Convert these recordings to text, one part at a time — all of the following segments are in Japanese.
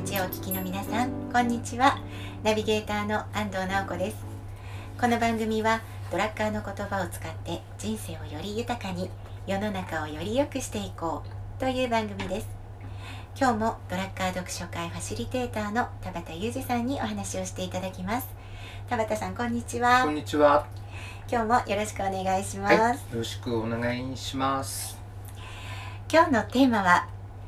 ジオをお聞きの皆さん、こんにちは。ナビゲーターの安藤直子です。この番組はドラッカーの言葉を使って人生をより豊かに、世の中をより良くしていこうという番組です。今日もドラッカー読書会ファシリテーターの田畑裕二さんにお話をしていただきます。田畑さん、こんにちは。 こんにちは。 今日もよろしくお願いします。 はい、よろしくお願いします。 今日のテーマは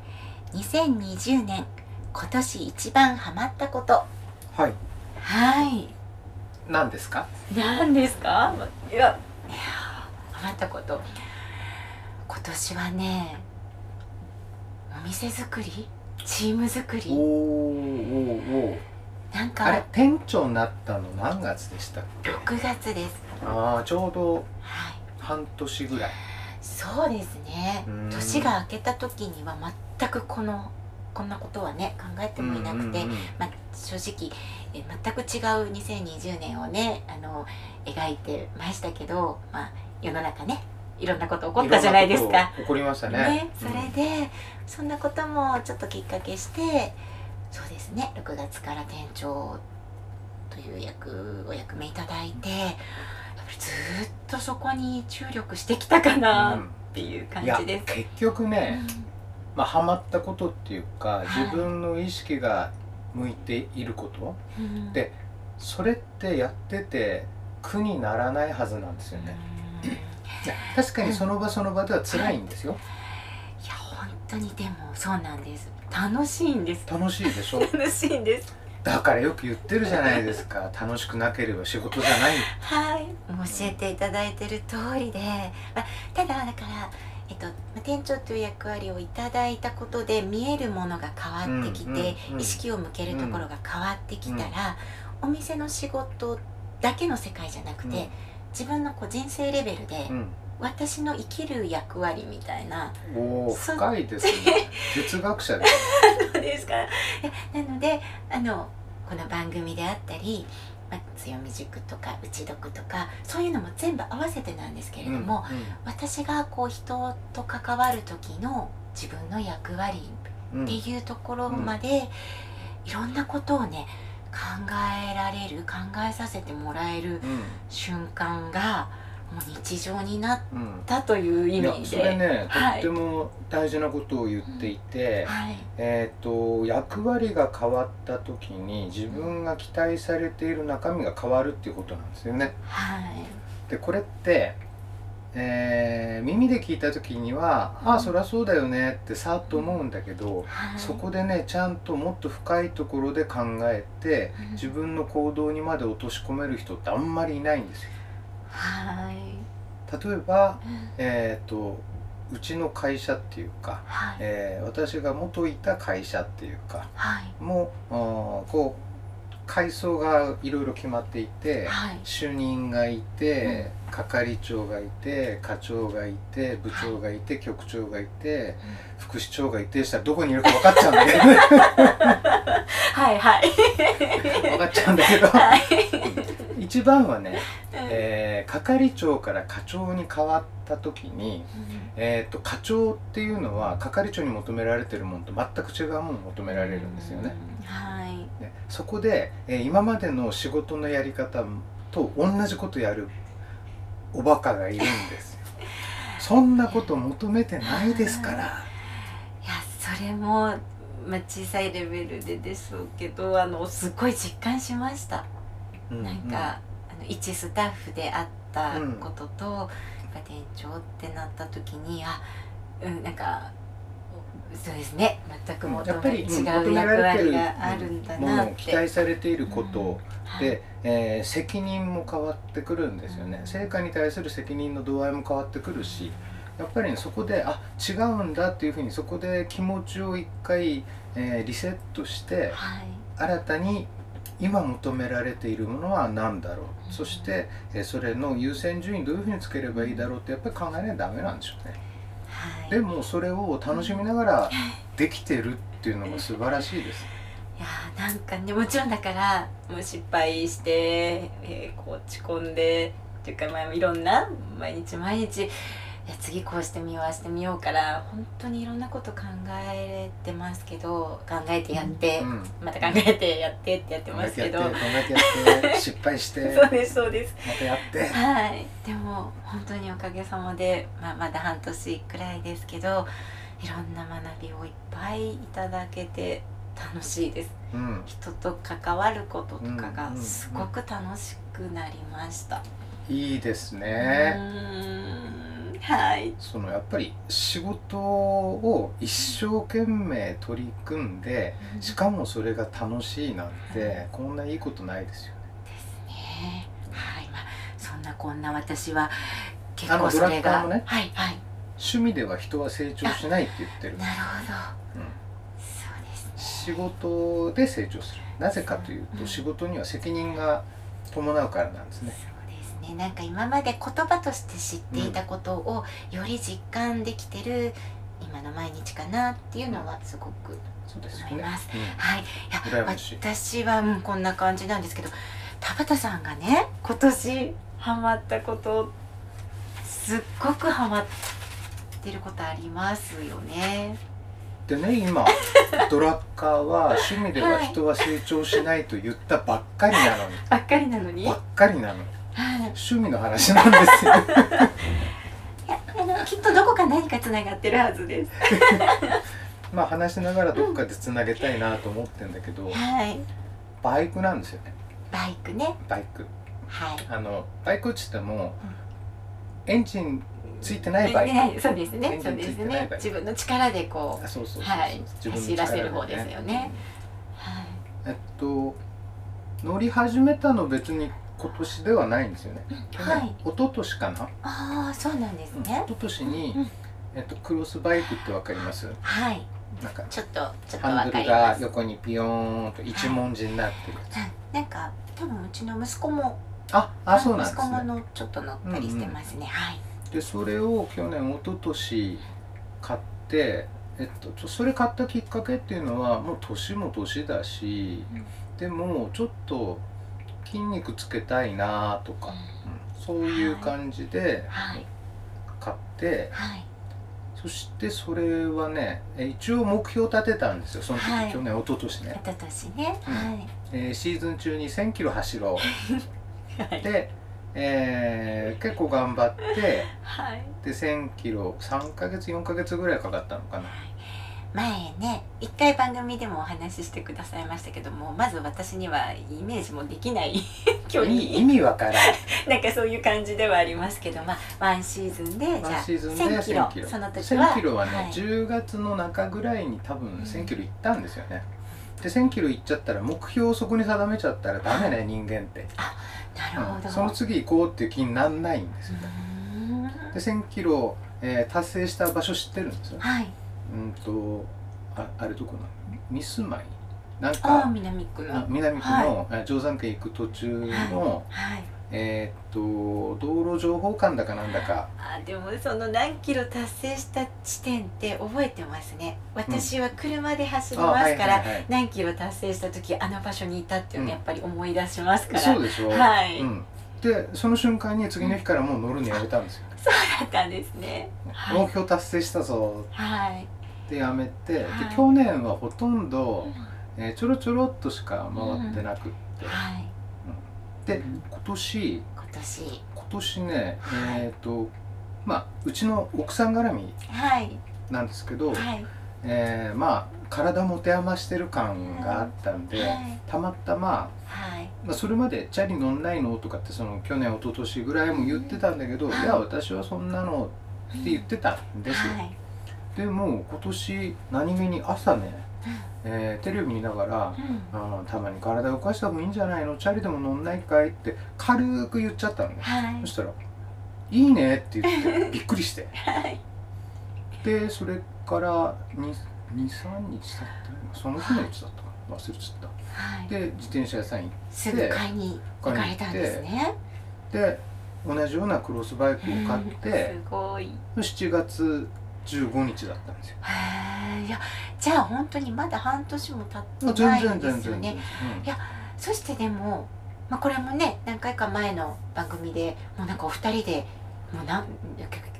2020年今年一番ハマったこと。 はい。 はい。 何ですか？ 何ですか？いやハマったこと。今年はね、お店作り、チーム作り。 お。 なんかあれ、店長になったの何月でしたっけ ？6月です。 ああ、ちょうどはい。 半年ぐらい。 そうですね。年が明けた時には全くこんなことはね考えてもいなくて、正直全く違う2020年をね描いてましたけど、世の中ねいろんなこと起こったじゃないですか。 起こりましたね。 それで、そんなこともちょっときっかけして、そうですね、6月から店長というお役目いただいて、やっぱりずっとそこに注力してきたかなっていう感じです。 いや、結局ね、ハマったことっていうか、自分の意識が向いていること、でそれってやってて苦にならないはずなんですよね。いや、確かにその場その場では辛いんですよ。 いや、本当にでもそうなんです。楽しいんです。 楽しいでしょ。 楽しいんです。 だからよく言ってるじゃないですか。楽しくなければ仕事じゃない。 はい、教えていただいてる通りで、ただだから店長という役割をいただいたことで見えるものが変わってきて、意識を向けるところが変わってきたら、お店の仕事だけの世界じゃなくて、自分の人生レベルで、私の生きる役割みたいな。 深いですね。哲学者です。 そうですか。なのでこの番組であったり、強み塾とか打ち読とかそういうのも全部合わせてなんですけれども、私が人と関わる時の自分の役割っていうところまで、いろんなことをね考えさせてもらえる瞬間がもう日常になったという意味で、 それね、とっても大事なことを言っていて、役割が変わった時に自分が期待されている中身が変わるっていうことなんですよね。でこれって、耳で聞いた時には「ああ、そりゃそうだよね」ってさっと思うんだけど、そこでねちゃんともっと深いところで考えて自分の行動にまで落とし込める人ってあんまりいないんですよ。例えば、うちの会社っていうか、私が元いた会社っていうか、もう階層がいろいろ決まっていて、主任がいて、係長がいて、課長がいて、部長がいて、局長がいて、副市長がいてしたらどこにいるか分かっちゃうんだけどね。分かっちゃうんだけど、一番はね、係長から課長に変わった時に、課長っていうのは係長に求められてるものと全く違うものを求められるんですよね。そこで、今までの仕事のやり方と同じことやるおバカがいるんですよ。そんなこと求めてないですから。いや、 それも小さいレベルででしょうけど、すごい実感しました。なんか一スタッフであったことと、店長ってなった時になんかそうですね、全くやっぱり違う役割があるんだなって、 期待されていることで、責任も変わってくるんですよね。成果に対する責任の度合いも変わってくるし、やっぱりそこで違うんだっていうふうにそこで気持ちを一回、リセットして、新たに今求められているものは何だろう、そして、それの優先順位どういうふうにつければいいだろうってやっぱり考えないとダメなんでしょうね。でもそれを楽しみながらできてるっていうのが素晴らしいです。 いやなんかね、もちろんだからもう失敗して、落ち込んでっていうか、いろんな毎日いや次こうしてみようああしてみようから本当にいろんなこと考えてますけど、考えてやって、また考えてやってってやってますけど、 考えてやって失敗してそうですそうです、 またやって、 はい、でも本当におかげさまで、まだ半年くらいですけど、いろんな学びをいっぱいいただけて楽しいです、人と関わることとかがすごく楽しくなりました。 いいですね。 はい、 やっぱり仕事を一生懸命取り組んで、しかもそれが楽しいなんて、こんないいことないですよね。 ですね。はい、そんなこんな私は結構それが、 ドラッカーもね、 はいはい、 趣味では人は成長しないって言ってる。 なるほど、そうです仕ね。 事で成長する。なぜかというと、仕事には責任が伴うからなんですね。 なんか今まで言葉として知っていたことをより実感できてる今の毎日かなっていうのはすごく思います。はい、いや私はこんな感じなんですけど、田畑さんがね今年ハマったこと、すっごくハマってることありますよね。 でね、今ドラッカーは趣味では人は成長しないと言ったばっかりなのにばっかりなのに趣味の話なんですよ。 いやきっとどこか何かつながってるはずです。 話しながらどっかでつなげたいなと思ってんだけど、バイクなんですよね。 バイクね。 バイク。 はい。 バイクって言っても、エンジンついてないバイク。 そうですね。そうですね。自分の力でこう、走らせる方ですよね。 乗り始めたの別に今年ではないんですよね。一昨年かな。 ああ、そうなんですね。 一昨年にクロスバイクってわかります？ はい。 なんかちょっとハンドルが横にピヨーンと一文字になってるやつ。なんか多分うちの息子もそうなんですね。 息子もちょっと乗ったりしてますね。はい。 でそれを去年一昨年買って、それ買ったきっかけっていうのはもう年も年だし、でもちょっと筋肉つけたいなとか、そういう感じで買って、そしてそれはね、一応目標立てたんですよ、その時、去年一昨年ね。 一昨年ね。 シーズン中に1000キロ走ろう。で、結構頑張って、で1000キロ3ヶ月4ヶ月ぐらいかかったのかな。 前ね一回番組でもお話ししてくださいましたけども、まず私にはイメージもできない距離、 意味わからないなんかそういう感じではありますけど、ワンシーズンでじゃあ1000キロ、その時は 1000キロはね、10月の中ぐらいに多分1000キロ行ったんですよね。で1000キロ行っちゃったら目標をそこに定めちゃったらダメね、人間って。 なるほど。 その次行こうっていう気にならないんですよね。で1000キロ、達成した場所知ってるんですよ。あれどこなの？ミスマイなんか南区の定山渓行く途中の道路情報館だかなんだか。 でもその何キロ達成した地点って覚えてますね。私は車で走りますから、何キロ達成した時あの場所にいたっていうのやっぱり思い出しますから。 そうでしょ。でその瞬間に次の日からもう乗るのやめたんですよ。 そうだったんですね。 目標達成したぞってやめて、で去年はほとんどちょろちょろっとしか回ってなくって、で今年ね、うちの奥さん絡みなんですけど、体持て余してる感があったんで、たまたまそれまでチャリ乗んないのとかってその去年一昨年ぐらいも言ってたんだけど、いや私はそんなのって言ってたんですよ。でも今年何気に朝ね、テレビ見ながら、たまに体動かした方がいいんじゃないの、チャリでも乗んないかいって軽く言っちゃったのね。そしたら「いいね」って言ってびっくりして、でそれから23日経ったその日のうちだったかな、忘れちゃった。で自転車屋さん行ってすぐ買いに行かれたんですね。 で同じようなクロスバイクを買って7月15日だったんですよ。 いやじゃあ本当にまだ半年も経ってないんですよね。いやそしてでも、これもね何回か前の番組でもうなんかお二人でもう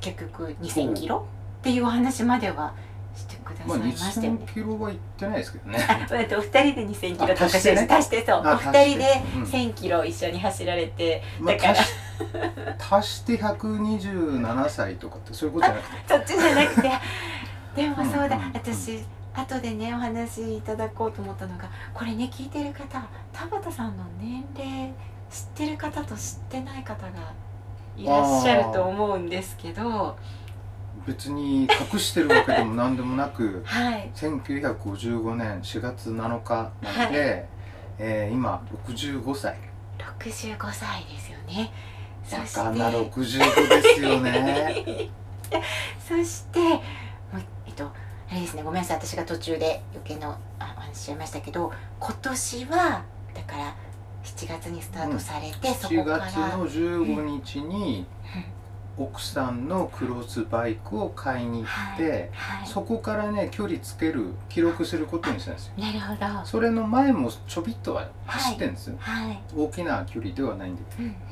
結局2000キロっていうお話まではしてくださいましたよね。 2000キロは行ってないですけどね。 お二人で2000キロと足してね、 足してそう、お二人で1000キロ一緒に走られて、 だから足して127歳とかってそういうことじゃなくて、 そっちじゃなくて、でもそうだ、私後でねお話いただこうと思ったのが、これね聞いてる方、田畑さんの年齢知ってる方と知ってない方がいらっしゃると思うんですけど、 別に隠してるわけでも何でもなく、 はい、 1955年4月7日なので、今65歳。 65歳ですよね。 若な65ですよね。 そしてもうあれですね、ごめんなさい、私が途中で余計なお話しちゃいましたけど、今年はだから7月にスタートされて、そこから 7月の15日に奥さんのクロスバイクを買いに行って、そこからね距離つける記録することにしたんですよ。 なるほど。 それの前もちょびっとは走ってるんですよ、大きな距離ではないんで、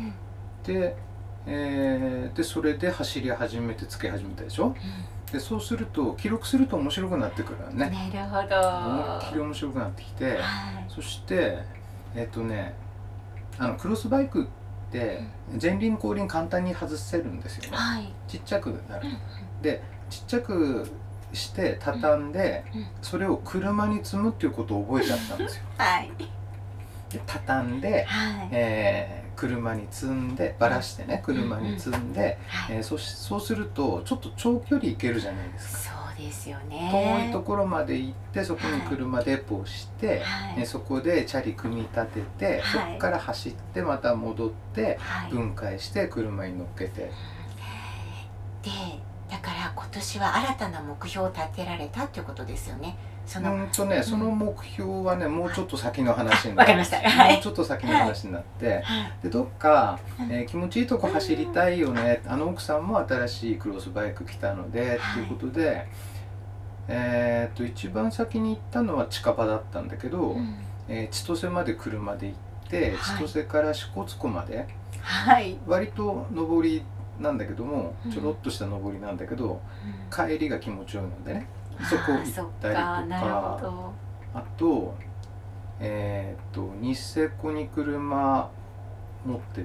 でそれで走り始めてつけ始めたでしょ、でそうすると記録すると面白くなってくるよね。 なるほど。 思いっきり面白くなってきて、そしてクロスバイクって前輪後輪簡単に外せるんですよね、ちっちゃくなる、でちっちゃくして畳んで、それを車に積むっていうことを覚えちゃったんですよ。で畳んで、車に積んでばらしてね、車に積んで、そうするとちょっと長距離行けるじゃないですか。 そうですよね。 遠いところまで行って、そこに車デポして、そこでチャリ組み立てて、そこから走ってまた戻って分解して車に乗っけて、 でだから今年は新たな目標を立てられたっていうことですよね。 その目標はね、もうちょっと先の話になって、もうちょっと先の話になって、でどっか、気持ちいいとこ走りたいよね、奥さんも新しいクロスバイク来たので、っていうことで、一番先に行ったのは近場だったんだけど、千歳まで車で行って、千歳から支笏湖まで、割と上りなんだけども、ちょろっとした上りなんだけど、帰りが気持ちよいのでね、そこ行ったりとか、あとニセコに車持ってって、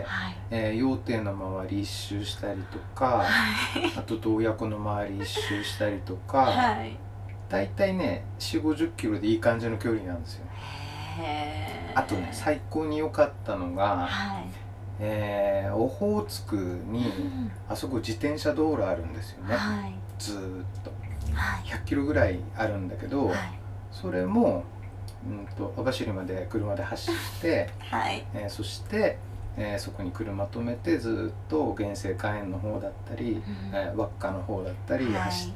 羊蹄の周り一周したりとか、あと洞爺湖の周り一周したりとか、だいたいね40、50キロでいい感じの距離なんですよ。あとね、最高に良かったのが、オホーツクにあそこ自転車道路あるんですよね、ずーっと100キロぐらいあるんだけど、それも網走まで車で走って、そして、そこに車止めてずっと原生花園の方だったり、輪っかの方だったり走って、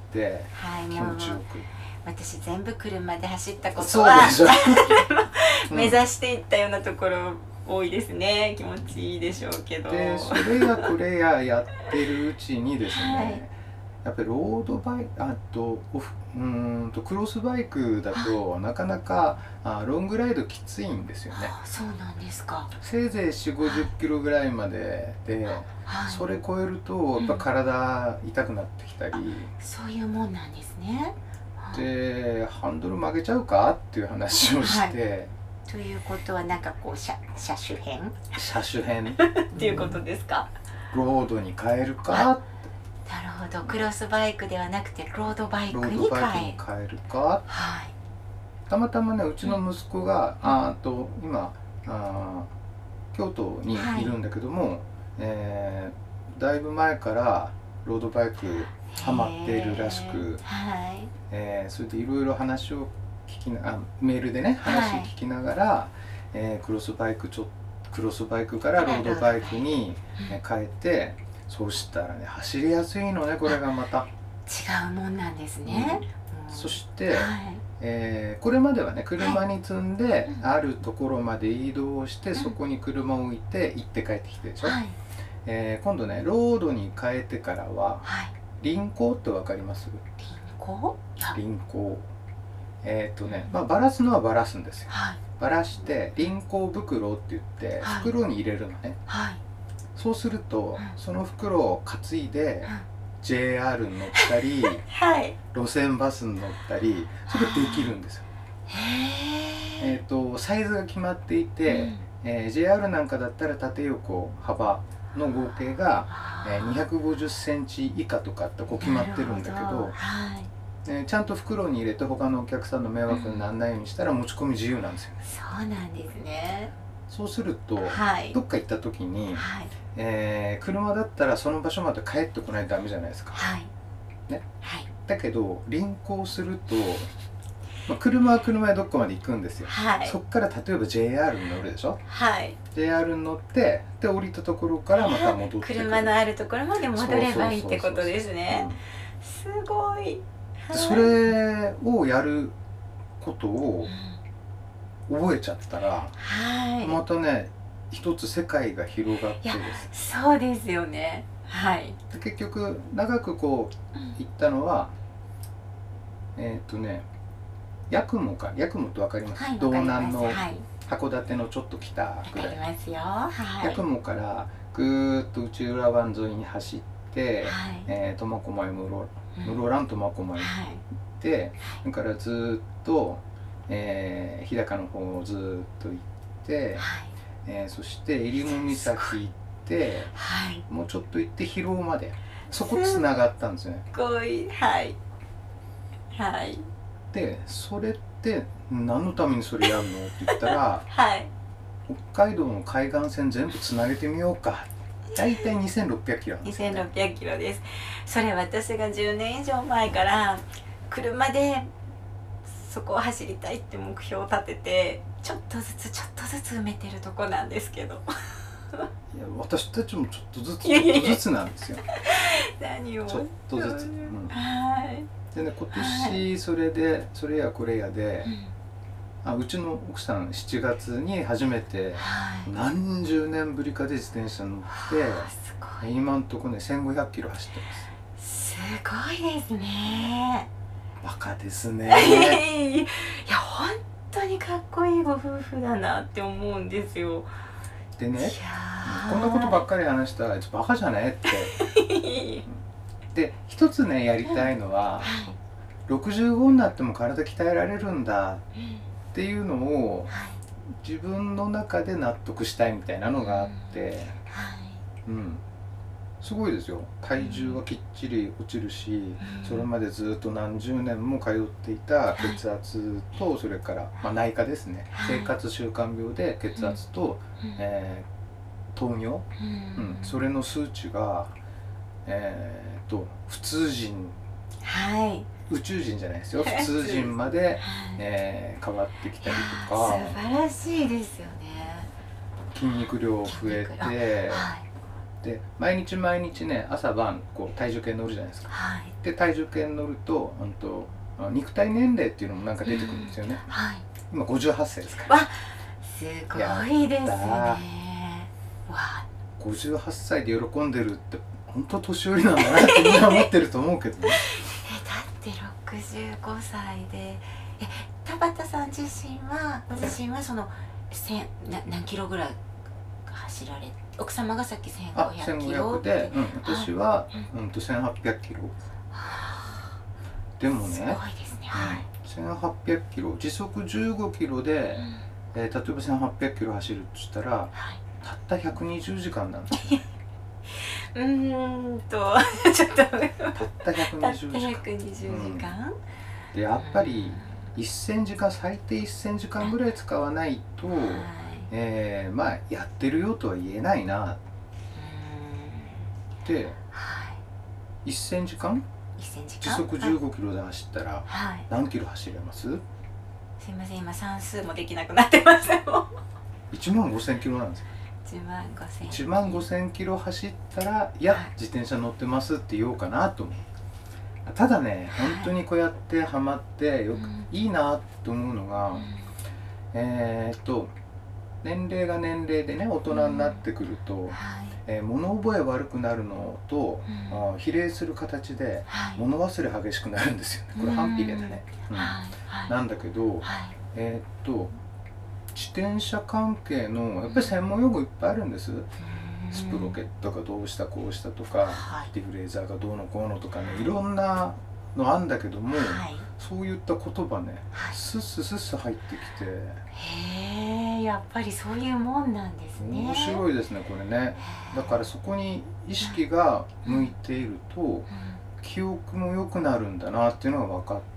気持ちよく。 私全部車で走ったことは目指していったようなところ多いですね。気持ちいいでしょうけど、 でそれやこれやってるうちにですね、やっぱりロードバイク、クロスバイクだとなかなかロングライドきついんですよね。 そうなんですか。 せいぜい40、50キロぐらいまでで、それ超えるとやっぱ体痛くなってきたり、 そういうもんなんですね。 でハンドル曲げちゃうかっていう話をして、 ということはなんかこう車種変っていうことですか。 ロードに変えるか。 なるほど、クロスバイクではなくてロードバイクに変えるか。たまたまね、うちの息子が今京都にいるんだけども、だいぶ前からロードバイクハマっているらしく、それでいろいろ話をメールでね話聞きながら、クロスバイクからロードバイクに変えて、そうしたらね走りやすいのね、これがまた違うもんなんですね。 そして、これまではね車に積んであるところまで移動して、そこに車を置いて行って帰ってきてでしょ、今度ねロードに変えてからは、輪行って分かります？輪行バラすのはバラすんですよ。バラして輪行袋って言って袋に入れるのね。 そうするとその袋を担いで JR に乗ったりはい。 路線バスに乗ったりそれができるんですよ。 へえ。 サイズが決まっていて、JR なんかだったら縦横幅の合計が、250センチ以下とかってこう決まってるんだけど、 はい。 ちゃんと袋に入れて他のお客さんの迷惑にならないようにしたら持ち込み自由なんですよ。 そうなんですね。 そうすると、 はい。 どっか行った時に、 はい。 車だったらその場所まで帰ってこないとダメじゃないですか。 はい。 ね。 はい。 だけど輪行すると、車は車でどっかまで行くんですよ。 はい。 そっから例えば JR に乗るでしょ。 はい。 JR に乗ってで降りたところからまた戻ってくる。 車のあるところまで戻ればいいってことですね。すごい。 それをやることを覚えちゃったら、 はい。 またね一つ世界が広がってです。 そうですよね。はい。 で結局長くこう行ったのは、八雲か、八雲ってわかります？道南の函館のちょっと北ぐらい。 わかりますよ。はい。 八雲からぐーっと内浦湾沿いに走って、苫小牧室蘭苫小牧行って、それからずーっと、日高の方をずーっと行って、そして襟裳岬行って、もうちょっと行って広尾までそこつながったんですよね。 すごい。はい。はい。 でそれって何のためにそれやるのって言ったら、 はい、 北海道の海岸線全部つなげてみようか。大体2600キロなんですよね。 2600キロです。それ私が10年以上前から車でそこを走りたいって目標を立ててちょっとずつちょっとずつ埋めてるとこなんですけどいや私たちもちょっとずつちょっとずつなんですよ。 何をちょっとずつ、 はい。 でね、今年それで、それやこれやで、うちの奥さん7月に初めて何十年ぶりかで自転車乗って、今んとこね1500キロ走ってます。 すごいですね。 バカですね。 いや本当にかっこいいご夫婦だなって思うんですよ。 でね、こんなことばっかり話したらあいつバカじゃねってで一つねやりたいのは、65になっても体鍛えられるんだっていうのを自分の中で納得したいみたいなのがあって、すごいですよ。体重はきっちり落ちるし、それまでずっと何十年も通っていた血圧と、それから、内科ですね、生活習慣病で血圧と、糖尿、それの数値が普通人、宇宙人じゃないですよ、普通人まで、変わってきたりとか。 素晴らしいですよね。 筋肉量増えて、で毎日毎日ね朝晩こう体重計乗るじゃないですか。で体重計に乗ると肉体年齢っていうのもなんか出てくるんですよね。今58歳ですから。 わ、すごいですね。 58歳で喜んでるって本当年寄りなんだなってみんな思ってると思うけどね。 だって65歳で田畑さん自身はその何キロぐらい走られ、奥様がさっき1500キロで、私は1800キロ。でもね、1800キロ時速15キロで、例えば1800キロ走るとしたら、たった120時間なんですよ。 ちょっとたった120 時間で、やっぱり1000時間、最低1000時間ぐらい使わないと、やってるよとは言えないなって。1000時間時速15キロで走ったら何キロ走れます？ すいません、今算数もできなくなってますよ。 1万5000キロなんですよ。1万5000キロ走ったら自転車乗ってますって言おうかなと思う。ただね、本当にこうやってハマっていいなと思うのが、年齢が年齢でね大人になってくると、物覚え悪くなるのと、比例する形で物忘れ激しくなるんですよね。これ反比例だね。なんだけど、自転車関係のやっぱり専門用語いっぱいあるんです。 スプロケットがどうしたこうしたとか、 はい、 ディフレーザーがどうのこうのとかね、いろんなのあんだけども、 はい、 そういった言葉ね、 はい、 スッススッス入ってきて、 へえ、やっぱりそういうもんなんですね。 面白いですねこれね。だからそこに意識が向いていると、 うん、 記憶も良くなるんだなっていうのが分かって、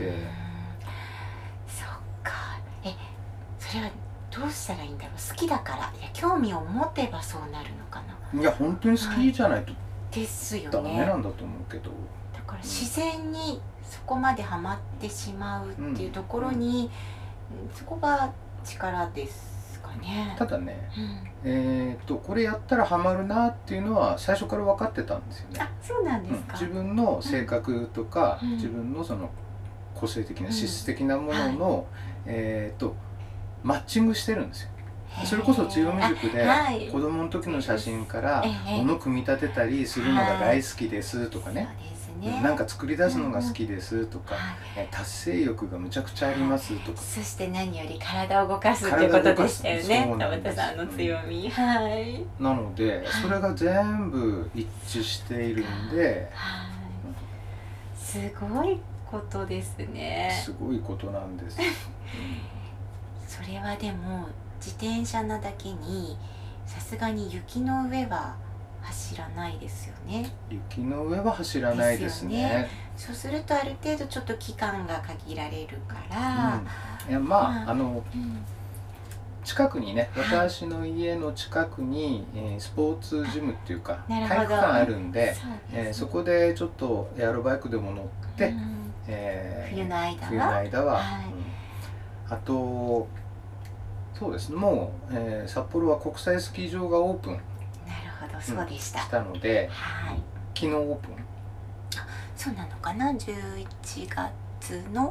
そっか。それはどうしたらいいんだろう。好きだから、いや興味を持てばそうなるのかな。 いや本当に好きじゃないとですよダメね。 なんだと思うけど、 だから自然にそこまでハマってしまうっていうところに、そこが力ですかね。 ただね、 うん、 これやったらハマるなっていうのは最初から分かってたんですよね。 あ、そうなんですか。 自分の性格とか、 うん、 自分のその個性的な資質的なものの、マッチングしてるんですよ。それこそ強み塾で子供の時の写真から物を組み立てたりするのが大好きですとかね、なんか作り出すのが好きですとか、達成欲がむちゃくちゃありますとか、 そして何より体を動かすっていうことでしたよね、田畑さんの強み。はい。 なのでそれが全部一致しているんで、 すごいことですね。 すごいことなんです。 それはでも自転車なだけにさすがに雪の上は走らないですよね。 雪の上は走らないですね。 そうするとある程度ちょっと期間が限られるから、 いやまあ近くにね、私の家の近くにスポーツジムっていうか体育館あるんで、そこでちょっとエアロバイクでも乗って、 冬の間は、 あとそうですね、もう、札幌は国際スキー場がオープン、 なるほど、そうでした、 したので、昨日オープン。 そうなのかな、11月の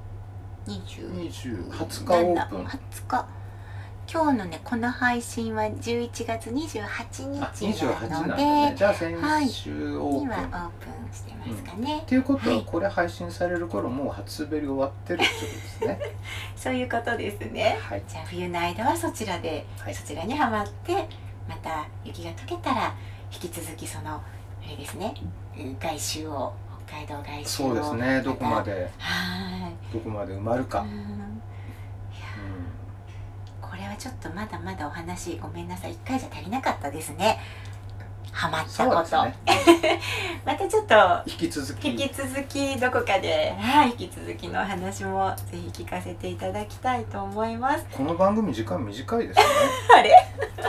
20日オープン。 20日。今日のね、この配信は11月28日なので、 じゃあ先週オープンにはオープンしてますかね。 っていうことは、これ配信される頃もう初滑り終わってるってことですね。 そういうことですね。じゃあ冬の間はそちらで、そちらにはまって、また雪が溶けたら引き続きそのあれですね、外周を、北海道外周を、 そうですね、どこまで埋まるか。 これはちょっとまだまだお話、ごめんなさい、1回じゃ足りなかったですね。ハマったこと、またちょっと引き続きどこかで、引き続きのお話もぜひ聞かせていただきたいと思います。 この番組時間短いですね。 あれ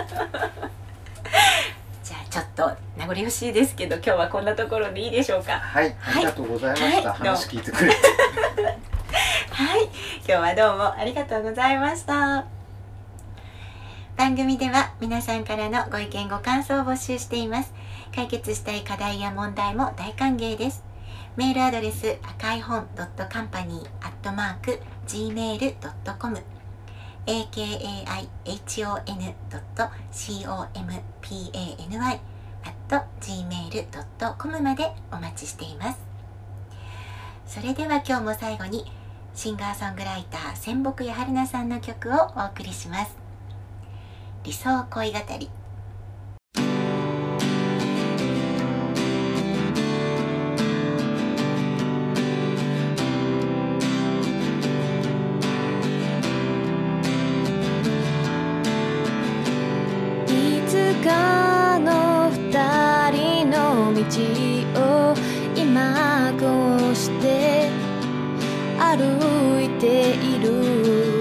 じゃあちょっと名残惜しいですけど、今日はこんなところでいいでしょうか。 はい、ありがとうございました。話聞いてくれて。 はい、今日はどうもありがとうございました。番組では皆さんからのご意見ご感想を募集しています。解決したい課題や問題も大歓迎です。メールアドレス赤い本.company@gmail.com akaihon.company@gmail.com までお待ちしています。それでは今日も最後にシンガーソングライター仙北やはるなさんの曲をお送りします。理想恋語り。 いつかの二人の道を今こうして歩いている。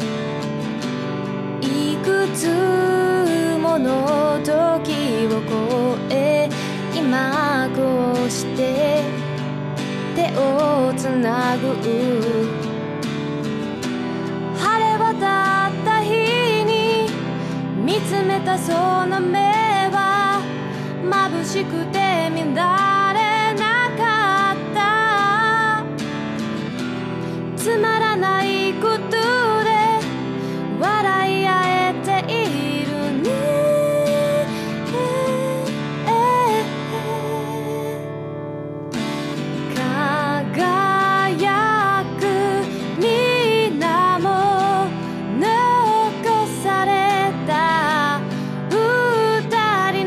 いくつもの時を越え今こうして手をつなぐ。晴れ渡った日に見つめたその目は眩しくて見られなかった。つまらないことで笑い合えているね。輝く水面残された二人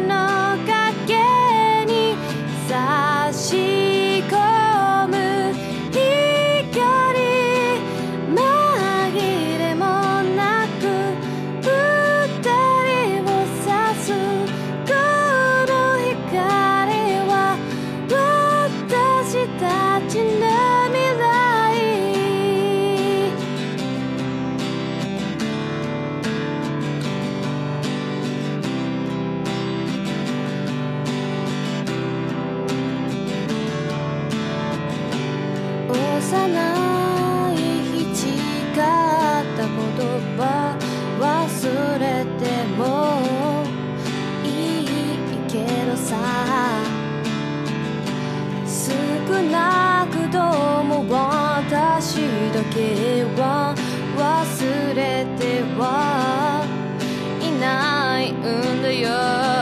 だけは忘れてはいないんだよ。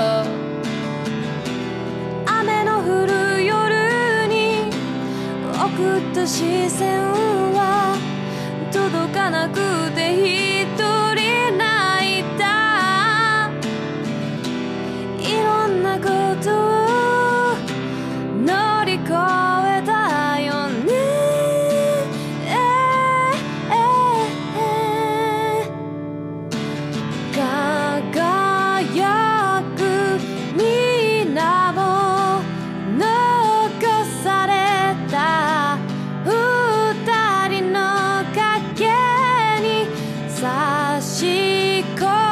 雨の降る夜に送った視線は届かなくて一人泣いた。いろんなことを乗り越えたよね。輝く皆も残された二人の影に差し込む